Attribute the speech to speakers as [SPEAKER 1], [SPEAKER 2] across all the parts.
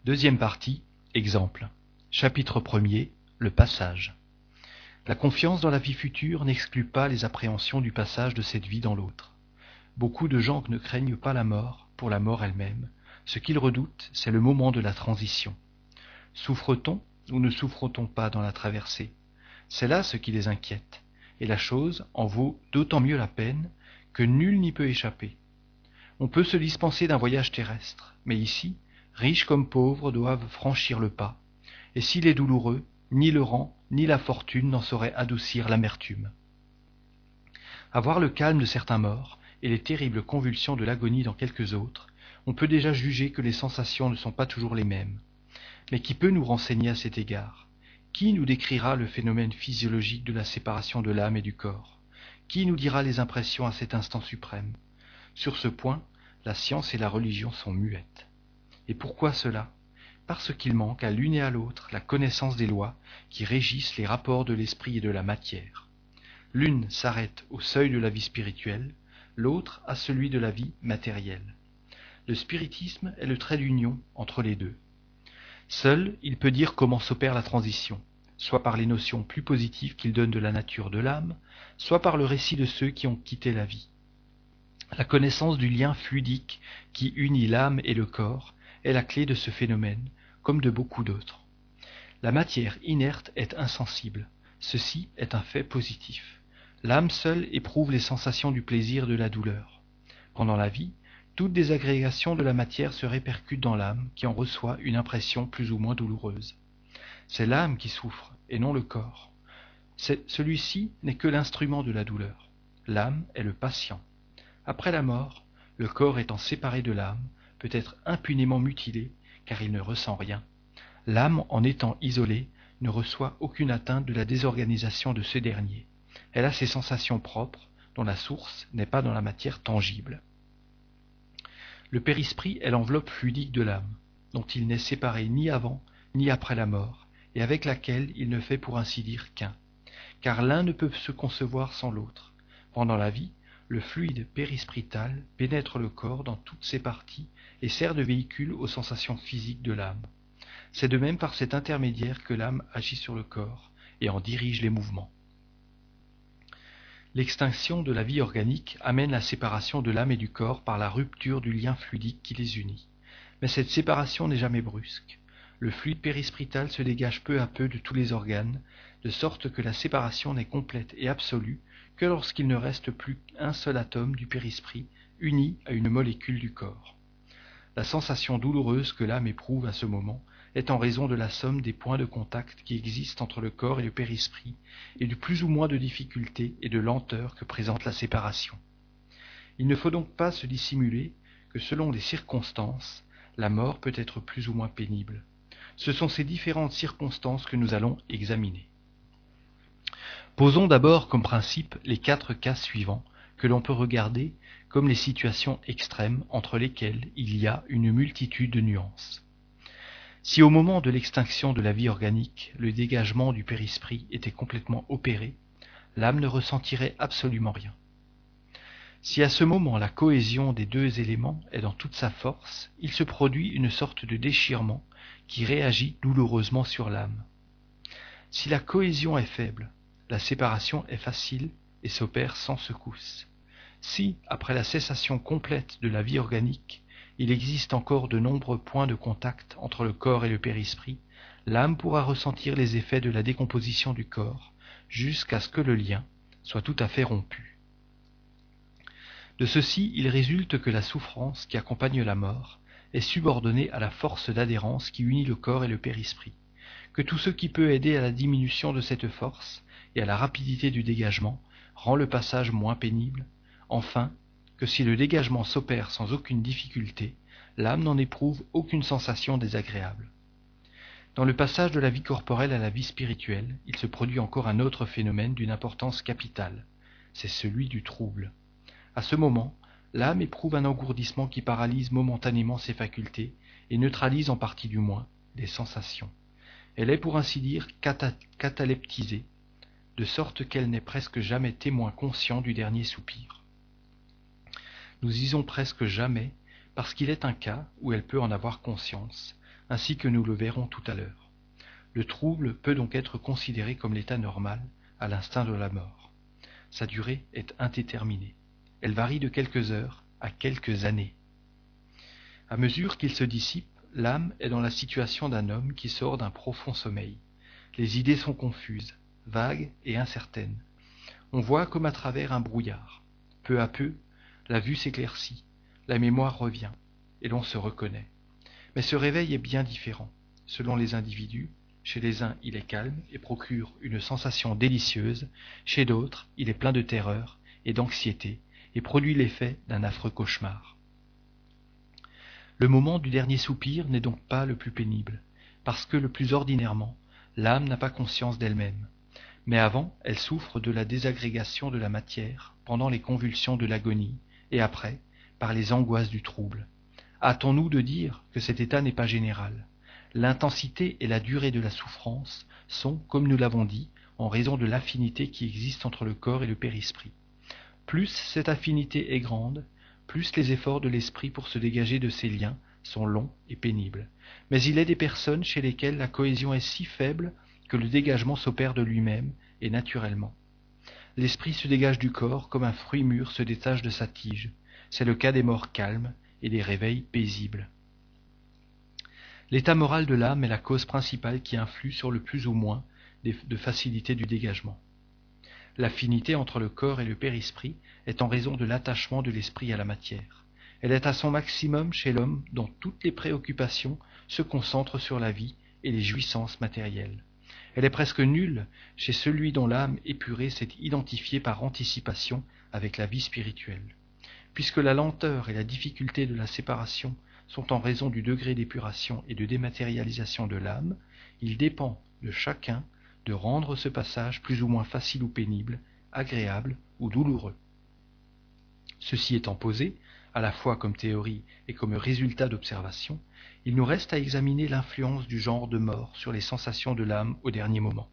[SPEAKER 1] Deuxième partie, exemple. Chapitre 1er, le passage. La confiance dans la vie future n'exclut pas les appréhensions du passage de cette vie dans l'autre. Beaucoup de gens ne craignent pas la mort pour la mort elle-même. Ce qu'ils redoutent, c'est le moment de la transition. Souffre-t-on ou ne souffre-t-on pas dans la traversée? C'est là ce qui les inquiète, et la chose en vaut d'autant mieux la peine que nul n'y peut échapper. On peut se dispenser d'un voyage terrestre, mais ici, riches comme pauvres doivent franchir le pas, et s'il est douloureux, ni le rang, ni la fortune n'en sauraient adoucir l'amertume. À voir le calme de certains morts, et les terribles convulsions de l'agonie dans quelques autres, on peut déjà juger que les sensations ne sont pas toujours les mêmes. Mais qui peut nous renseigner à cet égard? Qui nous décrira le phénomène physiologique de la séparation de l'âme et du corps? Qui nous dira les impressions à cet instant suprême? Sur ce point, la science et la religion sont muettes. Et pourquoi cela? Parce qu'il manque à l'une et à l'autre la connaissance des lois qui régissent les rapports de l'esprit et de la matière. L'une s'arrête au seuil de la vie spirituelle, l'autre à celui de la vie matérielle. Le spiritisme est le trait d'union entre les deux. Seul, il peut dire comment s'opère la transition, soit par les notions plus positives qu'il donne de la nature de l'âme, soit par le récit de ceux qui ont quitté la vie. La connaissance du lien fluidique qui unit l'âme et le corps est la clé de ce phénomène, comme de beaucoup d'autres. La matière inerte est insensible, ceci est un fait positif. L'âme seule éprouve les sensations du plaisir et de la douleur. Pendant la vie, toute désagrégation de la matière se répercute dans l'âme qui en reçoit une impression plus ou moins douloureuse. C'est l'âme qui souffre et non le corps. Celui-ci n'est que l'instrument de la douleur. L'âme est le patient. Après la mort, le corps étant séparé de l'âme, peut être impunément mutilé car il ne ressent rien. L'âme, en étant isolée, ne reçoit aucune atteinte de la désorganisation de ce dernier. Elle a ses sensations propres, dont la source n'est pas dans la matière tangible. Le périsprit est l'enveloppe fluidique de l'âme, dont il n'est séparé ni avant ni après la mort, et avec laquelle il ne fait pour ainsi dire qu'un, car l'un ne peut se concevoir sans l'autre. Pendant la vie, le fluide périsprital pénètre le corps dans toutes ses parties et sert de véhicule aux sensations physiques de l'âme. C'est de même par cet intermédiaire que l'âme agit sur le corps et en dirige les mouvements. L'extinction de la vie organique amène la séparation de l'âme et du corps par la rupture du lien fluidique qui les unit. Mais cette séparation n'est jamais brusque. Le fluide périsprital se dégage peu à peu de tous les organes, de sorte que la séparation n'est complète et absolue que lorsqu'il ne reste plus qu'un seul atome du périsprit uni à une molécule du corps. La sensation douloureuse que l'âme éprouve à ce moment est en raison de la somme des points de contact qui existent entre le corps et le périsprit et du plus ou moins de difficulté et de lenteur que présente la séparation. Il ne faut donc pas se dissimuler que selon les circonstances, la mort peut être plus ou moins pénible. Ce sont ces différentes circonstances que nous allons examiner. Posons d'abord comme principe les 4 cas suivants que l'on peut regarder comme les situations extrêmes entre lesquelles il y a une multitude de nuances. Si au moment de l'extinction de la vie organique, le dégagement du périsprit était complètement opéré, l'âme ne ressentirait absolument rien. Si à ce moment la cohésion des deux éléments est dans toute sa force, il se produit une sorte de déchirement qui réagit douloureusement sur l'âme. Si la cohésion est faible, la séparation est facile et s'opère sans secousse. Si, après la cessation complète de la vie organique, il existe encore de nombreux points de contact entre le corps et le périsprit, l'âme pourra ressentir les effets de la décomposition du corps, jusqu'à ce que le lien soit tout à fait rompu. De ceci, il résulte que la souffrance qui accompagne la mort est subordonnée à la force d'adhérence qui unit le corps et le périsprit, que tout ce qui peut aider à la diminution de cette force et à la rapidité du dégagement rend le passage moins pénible, enfin, que si le dégagement s'opère sans aucune difficulté, l'âme n'en éprouve aucune sensation désagréable. Dans le passage de la vie corporelle à la vie spirituelle, il se produit encore un autre phénomène d'une importance capitale, c'est celui du trouble. À ce moment, l'âme éprouve un engourdissement qui paralyse momentanément ses facultés et neutralise en partie du moins les sensations. Elle est pour ainsi dire cataleptisée, de sorte qu'elle n'est presque jamais témoin conscient du dernier soupir. Nous disons presque jamais, parce qu'il est un cas où elle peut en avoir conscience, ainsi que nous le verrons tout à l'heure. Le trouble peut donc être considéré comme l'état normal, à l'instant de la mort. Sa durée est indéterminée. Elle varie de quelques heures à quelques années. À mesure qu'il se dissipe, l'âme est dans la situation d'un homme qui sort d'un profond sommeil. Les idées sont confuses, vagues et incertaines. On voit comme à travers un brouillard. Peu à peu, la vue s'éclaircit, la mémoire revient, et l'on se reconnaît. Mais ce réveil est bien différent. Selon les individus, chez les uns il est calme et procure une sensation délicieuse, chez d'autres il est plein de terreur et d'anxiété et produit l'effet d'un affreux cauchemar. Le moment du dernier soupir n'est donc pas le plus pénible, parce que le plus ordinairement, l'âme n'a pas conscience d'elle-même. Mais avant, elle souffre de la désagrégation de la matière, pendant les convulsions de l'agonie, et après, par les angoisses du trouble. Hâtons-nous de dire que cet état n'est pas général. L'intensité et la durée de la souffrance sont, comme nous l'avons dit, en raison de l'affinité qui existe entre le corps et le périsprit. Plus cette affinité est grande, plus les efforts de l'esprit pour se dégager de ces liens sont longs et pénibles. Mais il est des personnes chez lesquelles la cohésion est si faible que le dégagement s'opère de lui-même et naturellement. L'esprit se dégage du corps comme un fruit mûr se détache de sa tige. C'est le cas des morts calmes et des réveils paisibles. L'état moral de l'âme est la cause principale qui influe sur le plus ou moins de facilité du dégagement. L'affinité entre le corps et le périsprit est en raison de l'attachement de l'esprit à la matière. Elle est à son maximum chez l'homme dont toutes les préoccupations se concentrent sur la vie et les jouissances matérielles. Elle est presque nulle chez celui dont l'âme épurée s'est identifiée par anticipation avec la vie spirituelle. Puisque la lenteur et la difficulté de la séparation sont en raison du degré d'épuration et de dématérialisation de l'âme, il dépend de chacun de rendre ce passage plus ou moins facile ou pénible, agréable ou douloureux. Ceci étant posé, à la fois comme théorie et comme résultat d'observation, il nous reste à examiner l'influence du genre de mort sur les sensations de l'âme au dernier moment.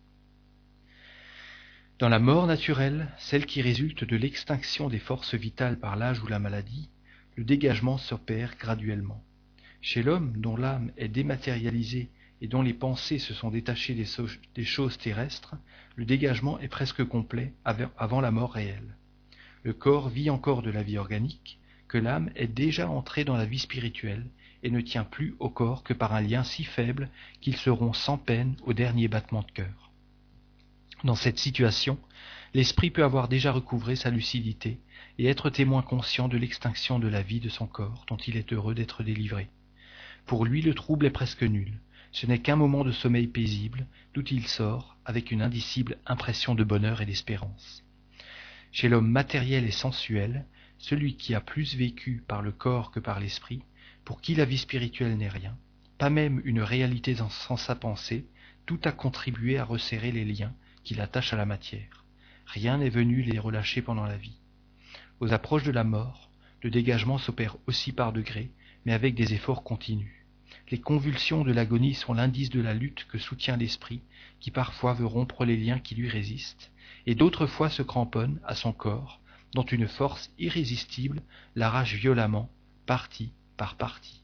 [SPEAKER 1] Dans la mort naturelle, celle qui résulte de l'extinction des forces vitales par l'âge ou la maladie, le dégagement s'opère graduellement. Chez l'homme dont l'âme est dématérialisée et dont les pensées se sont détachées des choses terrestres, le dégagement est presque complet avant la mort réelle. Le corps vit encore de la vie organique, que l'âme est déjà entrée dans la vie spirituelle et ne tient plus au corps que par un lien si faible qu'ils seront sans peine au dernier battement de cœur. Dans cette situation, l'esprit peut avoir déjà recouvré sa lucidité et être témoin conscient de l'extinction de la vie de son corps dont il est heureux d'être délivré. Pour lui, le trouble est presque nul. Ce n'est qu'un moment de sommeil paisible, d'où il sort avec une indicible impression de bonheur et d'espérance. Chez l'homme matériel et sensuel, celui qui a plus vécu par le corps que par l'esprit, pour qui la vie spirituelle n'est rien, pas même une réalité sans sa pensée, tout a contribué à resserrer les liens qui l'attachent à la matière. Rien n'est venu les relâcher pendant la vie. Aux approches de la mort, le dégagement s'opère aussi par degrés, mais avec des efforts continus. Les convulsions de l'agonie sont l'indice de la lutte que soutient l'esprit, qui parfois veut rompre les liens qui lui résistent, et d'autres fois se cramponne à son corps, dont une force irrésistible l'arrache violemment, partie par partie.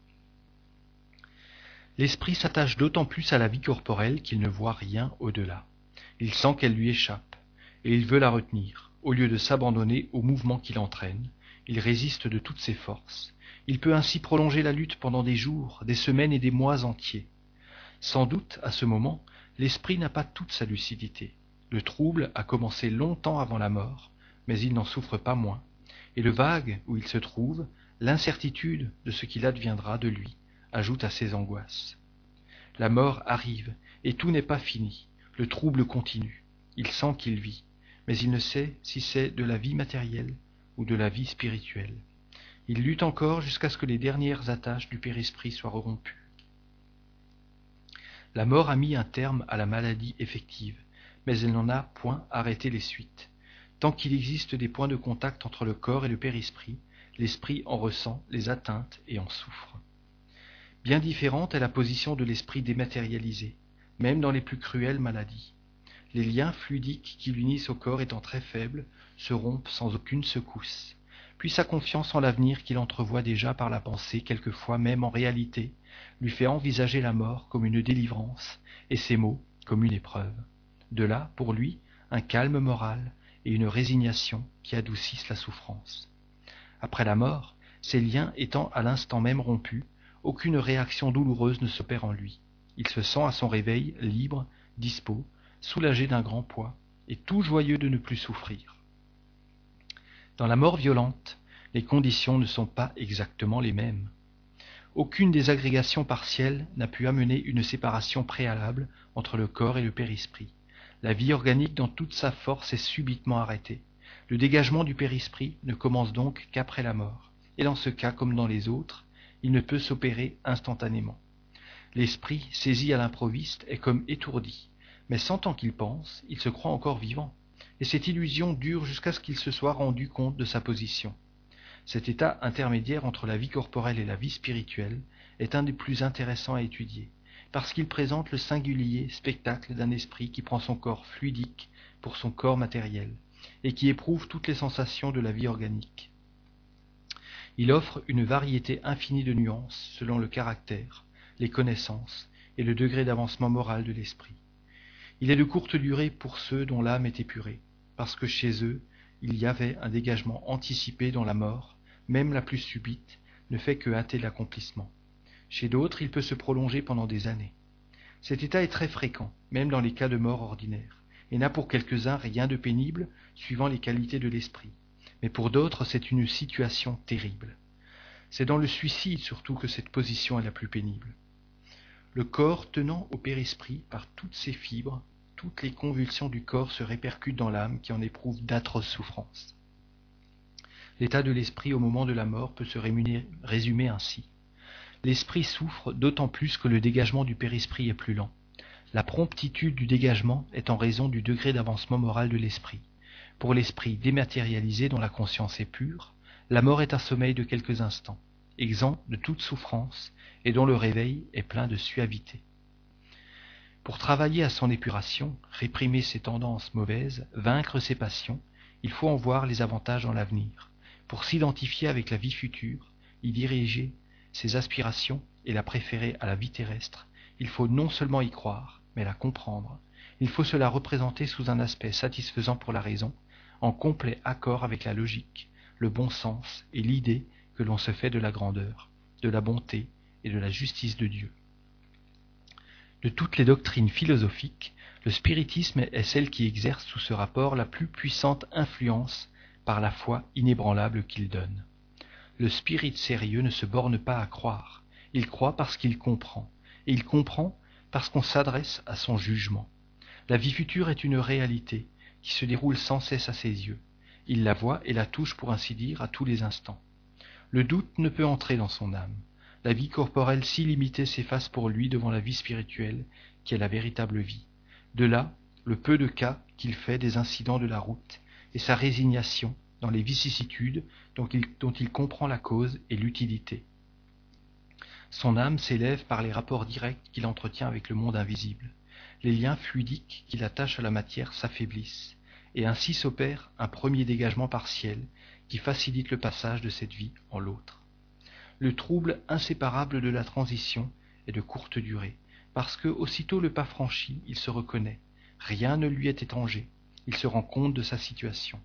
[SPEAKER 1] L'esprit s'attache d'autant plus à la vie corporelle qu'il ne voit rien au-delà. Il sent qu'elle lui échappe, et il veut la retenir. Au lieu de s'abandonner au mouvement qui l'entraîne, il résiste de toutes ses forces. Il peut ainsi prolonger la lutte pendant des jours, des semaines et des mois entiers. Sans doute, à ce moment, l'esprit n'a pas toute sa lucidité. Le trouble a commencé longtemps avant la mort, mais il n'en souffre pas moins. Et le vague où il se trouve, l'incertitude de ce qu'il adviendra de lui, ajoute à ses angoisses. La mort arrive, et tout n'est pas fini. Le trouble continue. Il sent qu'il vit, mais il ne sait si c'est de la vie matérielle ou de la vie spirituelle. Il lutte encore jusqu'à ce que les dernières attaches du périsprit soient rompues. La mort a mis un terme à la maladie effective, mais elle n'en a point arrêté les suites. Tant qu'il existe des points de contact entre le corps et le périsprit, l'esprit en ressent les atteintes et en souffre. Bien différente est la position de l'esprit dématérialisé, même dans les plus cruelles maladies. Les liens fluidiques qui l'unissent au corps étant très faibles, se rompent sans aucune secousse. puis sa confiance en l'avenir qu'il entrevoit déjà par la pensée, quelquefois même en réalité, lui fait envisager la mort comme une délivrance et ses maux comme une épreuve. De là, pour lui, un calme moral et une résignation qui adoucissent la souffrance. Après la mort, ses liens étant à l'instant même rompus, aucune réaction douloureuse ne s'opère en lui. Il se sent à son réveil libre, dispos, soulagé d'un grand poids, et tout joyeux de ne plus souffrir. Dans la mort violente, les conditions ne sont pas exactement les mêmes. Aucune des agrégations partielles n'a pu amener une séparation préalable entre le corps et le périsprit. La vie organique dans toute sa force est subitement arrêtée. Le dégagement du périsprit ne commence donc qu'après la mort, et dans ce cas comme dans les autres, il ne peut s'opérer instantanément. L'esprit, saisi à l'improviste, est comme étourdi, mais sentant qu'il pense, il se croit encore vivant, et cette illusion dure jusqu'à ce qu'il se soit rendu compte de sa position. Cet état intermédiaire entre la vie corporelle et la vie spirituelle est un des plus intéressants à étudier, parce qu'il présente le singulier spectacle d'un esprit qui prend son corps fluidique pour son corps matériel, et qui éprouve toutes les sensations de la vie organique. Il offre une variété infinie de nuances selon le caractère, les connaissances et le degré d'avancement moral de l'esprit. Il est de courte durée pour ceux dont l'âme est épurée, parce que chez eux, il y avait un dégagement anticipé dont la mort, même la plus subite, ne fait que hâter l'accomplissement. Chez d'autres, il peut se prolonger pendant des années. Cet état est très fréquent, même dans les cas de mort ordinaire, et n'a pour quelques-uns rien de pénible, suivant les qualités de l'esprit. Mais pour d'autres, c'est une situation terrible. C'est dans le suicide surtout que cette position est la plus pénible. Le corps tenant au périsprit par toutes ses fibres, toutes les convulsions du corps se répercutent dans l'âme qui en éprouve d'atroces souffrances. L'état de l'esprit au moment de la mort peut se résumer ainsi. L'esprit souffre d'autant plus que le dégagement du périsprit est plus lent. La promptitude du dégagement est en raison du degré d'avancement moral de l'esprit. Pour l'esprit dématérialisé dont la conscience est pure, la mort est un sommeil de quelques instants, exempt de toute souffrance et dont le réveil est plein de suavité. Pour travailler à son épuration, réprimer ses tendances mauvaises, vaincre ses passions, il faut en voir les avantages dans l'avenir. Pour s'identifier avec la vie future, y diriger ses aspirations et la préférer à la vie terrestre, il faut non seulement y croire, mais la comprendre. Il faut se la représenter sous un aspect satisfaisant pour la raison, en complet accord avec la logique, le bon sens et l'idée que l'on se fait de la grandeur, de la bonté et de la justice de Dieu. De toutes les doctrines philosophiques, le spiritisme est celle qui exerce sous ce rapport la plus puissante influence par la foi inébranlable qu'il donne. Le spirit sérieux ne se borne pas à croire, il croit parce qu'il comprend, et il comprend parce qu'on s'adresse à son jugement. La vie future est une réalité qui se déroule sans cesse à ses yeux. Il la voit et la touche pour ainsi dire à tous les instants. Le doute ne peut entrer dans son âme. La vie corporelle si limitée s'efface pour lui devant la vie spirituelle qui est la véritable vie. De là, le peu de cas qu'il fait des incidents de la route et sa résignation dans les vicissitudes dont il comprend la cause et l'utilité. Son âme s'élève par les rapports directs qu'il entretient avec le monde invisible. Les liens fluidiques qui l'attachent à la matière s'affaiblissent, et ainsi s'opère un premier dégagement partiel qui facilite le passage de cette vie en l'autre. Le trouble inséparable de la transition est de courte durée, parce que, aussitôt le pas franchi, il se reconnaît. Rien ne lui est étranger. Il se rend compte de sa situation.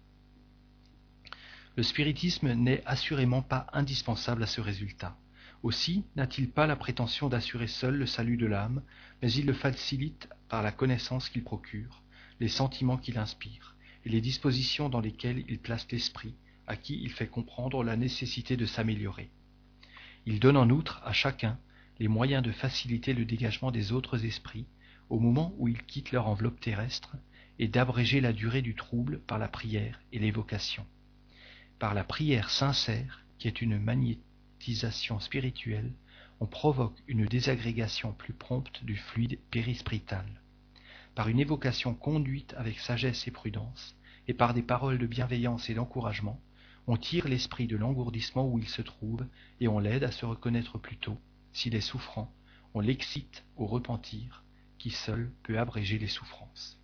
[SPEAKER 1] Le spiritisme n'est assurément pas indispensable à ce résultat. Aussi n'a-t-il pas la prétention d'assurer seul le salut de l'âme, mais il le facilite par la connaissance qu'il procure, les sentiments qu'il inspire, et les dispositions dans lesquelles il place l'esprit, à qui il fait comprendre la nécessité de s'améliorer. Il donne en outre à chacun les moyens de faciliter le dégagement des autres esprits au moment où ils quittent leur enveloppe terrestre et d'abréger la durée du trouble par la prière et l'évocation. Par la prière sincère, qui est une magnétisation spirituelle, on provoque une désagrégation plus prompte du fluide périsprital. Par une évocation conduite avec sagesse et prudence, et par des paroles de bienveillance et d'encouragement, on tire l'esprit de l'engourdissement où il se trouve et on l'aide à se reconnaître plus tôt. S'il est souffrant, on l'excite au repentir, qui seul peut abréger les souffrances.